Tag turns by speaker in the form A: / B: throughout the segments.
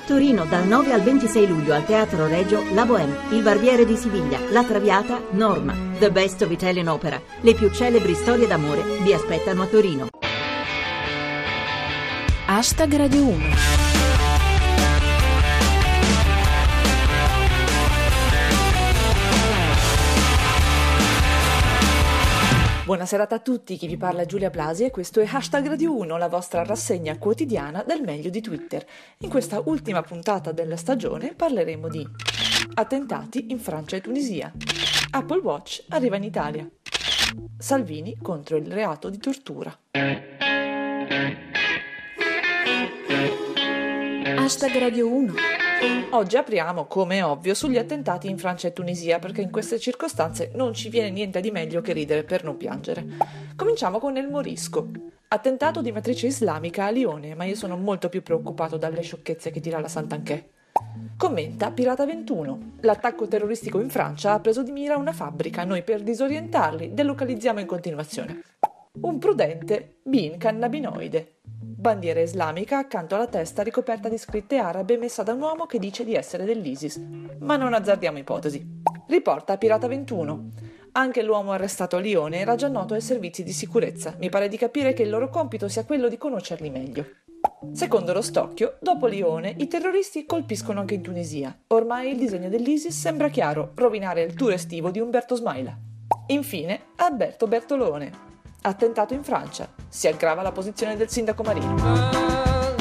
A: Torino dal 9 al 26 luglio al Teatro Regio La Bohème, Il Barbiere di Siviglia, La Traviata, Norma, The Best of Italian Opera. Le più celebri storie d'amore vi aspettano a Torino.
B: #Radio 1.
C: Buona serata a tutti, chi vi parla è Giulia Blasi e questo è #Radio 1, la vostra rassegna quotidiana del meglio di Twitter. In questa ultima puntata della stagione parleremo di attentati in Francia e Tunisia, Apple Watch arriva in Italia, Salvini contro il reato di tortura.
B: #Radio 1.
C: Oggi apriamo, come è ovvio, sugli attentati in Francia e Tunisia, perché in queste circostanze non ci viene niente di meglio che ridere per non piangere. Cominciamo con El Morisco. Attentato di matrice islamica a Lione, ma io sono molto più preoccupato dalle sciocchezze che dirà la Santanchè. Commenta Pirata 21. L'attacco terroristico in Francia ha preso di mira una fabbrica, noi per disorientarli delocalizziamo in continuazione. Un prudente bin cannabinoide. Bandiera islamica accanto alla testa ricoperta di scritte arabe messa da un uomo che dice di essere dell'ISIS. Ma non azzardiamo ipotesi. Riporta Pirata 21. Anche l'uomo arrestato a Lione era già noto ai servizi di sicurezza. Mi pare di capire che il loro compito sia quello di conoscerli meglio. Secondo lo Stocchio, dopo Lione, i terroristi colpiscono anche in Tunisia. Ormai il disegno dell'ISIS sembra chiaro: rovinare il tour estivo di Umberto Smaila. Infine, Alberto Bertolone. Attentato in Francia. Si aggrava la posizione del sindaco Marino.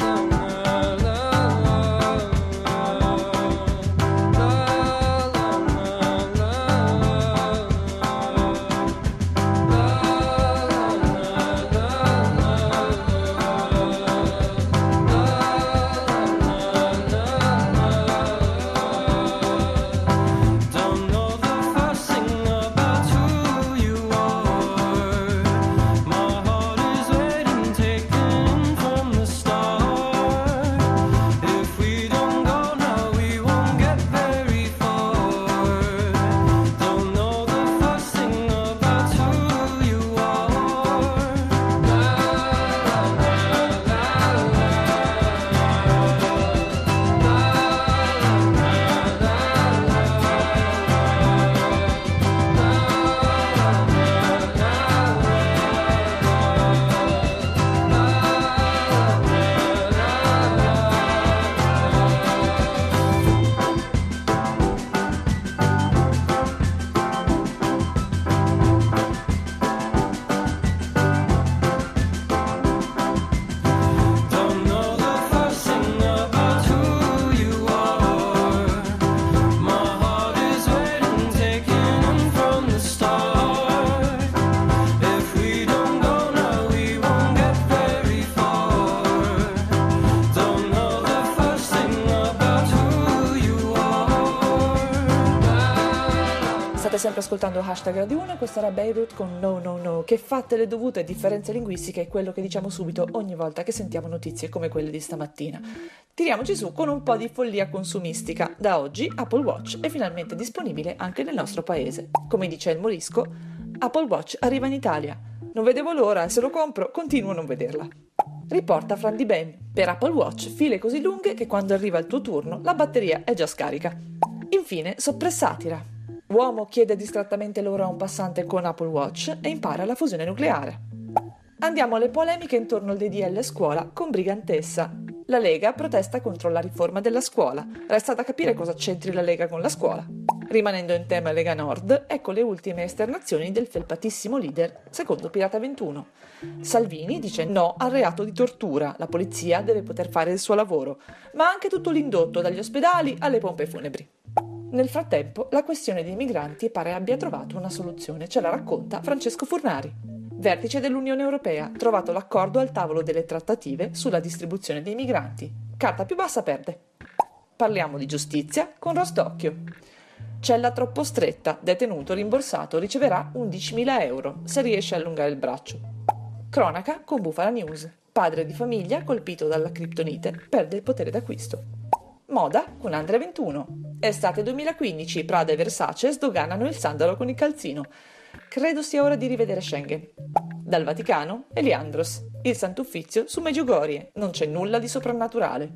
C: State sempre ascoltando #Radio 1, questa era Beirut con No No No, che fatte le dovute differenze linguistiche è quello che diciamo subito ogni volta che sentiamo notizie come quelle di stamattina. Tiriamoci su con un po' di follia consumistica. Da oggi Apple Watch è finalmente disponibile anche nel nostro paese. Come dice il Morisco, Apple Watch arriva in Italia. Non vedevo l'ora e se lo compro continuo a non vederla. Riporta Fran Di Ben. Per Apple Watch file così lunghe che quando arriva il tuo turno la batteria è già scarica. Infine, soppressatira. Uomo chiede distrattamente l'ora a un passante con Apple Watch e impara la fusione nucleare. Andiamo alle polemiche intorno al DDL scuola con Brigantessa. La Lega protesta contro la riforma della scuola. Resta da capire cosa c'entri la Lega con la scuola. Rimanendo in tema Lega Nord, ecco le ultime esternazioni del felpatissimo leader, secondo Pirata 21. Salvini dice no al reato di tortura, la polizia deve poter fare il suo lavoro, ma anche tutto l'indotto dagli ospedali alle pompe funebri. Nel frattempo, la questione dei migranti pare abbia trovato una soluzione, ce la racconta Francesco Furnari. Vertice dell'Unione Europea, trovato l'accordo al tavolo delle trattative sulla distribuzione dei migranti. Carta più bassa perde. Parliamo di giustizia con Rostocchio. Cella troppo stretta, detenuto rimborsato riceverà 11.000 euro se riesce a allungare il braccio. Cronaca con Bufala News. Padre di famiglia colpito dalla criptonite perde il potere d'acquisto. Moda con Andrea 21. Estate 2015, Prada e Versace sdoganano il sandalo con il calzino. Credo sia ora di rivedere Schengen. Dal Vaticano, Eliandros. Il Sant'Uffizio su Medjugorje. Non c'è nulla di soprannaturale.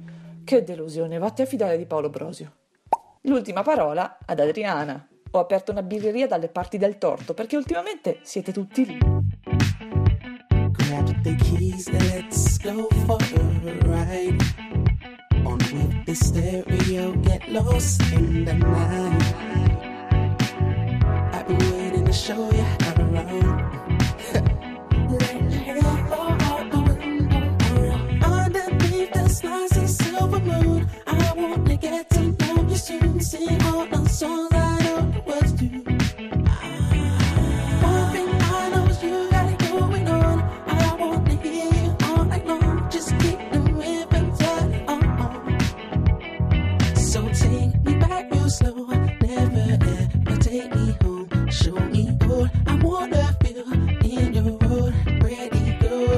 C: Che delusione, vatti a fidare di Paolo Brosio. L'ultima parola ad Adriana. Ho aperto una birreria dalle parti del Torto perché ultimamente siete tutti lì.
D: Grab the keys, let's go for a ride. On with the stereo, get lost in the night. I've been waiting to show you around. Underneath the slicing silver moon, I want to get to know you soon. Sing all the songs I know the words to. One thing I know is you got it going on. I want to hear you all night long. Just keep the rhythm turning on. So take me back real slow. Never ever take me home. Show me all I wanna feel in your road. Ready, go.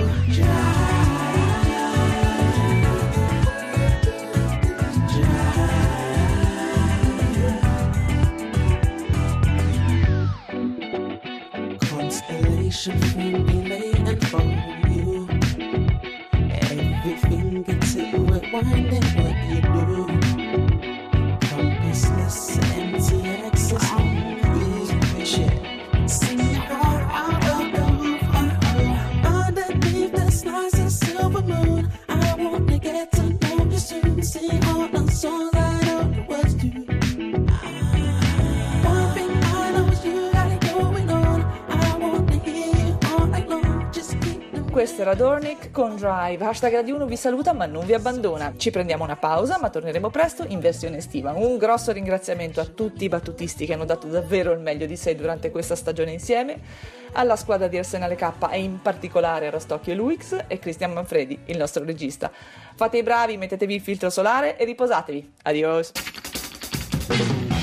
D: Constellation from delay and for you. Every fingertip we're winding what you do. Compassless, empty access on you. Sing your heart out of the roof. Underneath the slicing silver moon, I want to get to know you soon. Sing all the songs I know the words to. One thing I know is you got it going on. I want to hear you all night long. Just keep the
C: Questo era Dornick con Drive. Hashtag Radio 1 vi saluta ma non vi abbandona. Ci prendiamo una pausa ma torneremo presto in versione estiva. Un grosso ringraziamento a tutti i battutisti che hanno dato davvero il meglio di sé durante questa stagione insieme, alla squadra di Arsenale K e in particolare a Rostocchio e Luix e Cristian Manfredi, il nostro regista. Fate i bravi, mettetevi il filtro solare e riposatevi. Adios!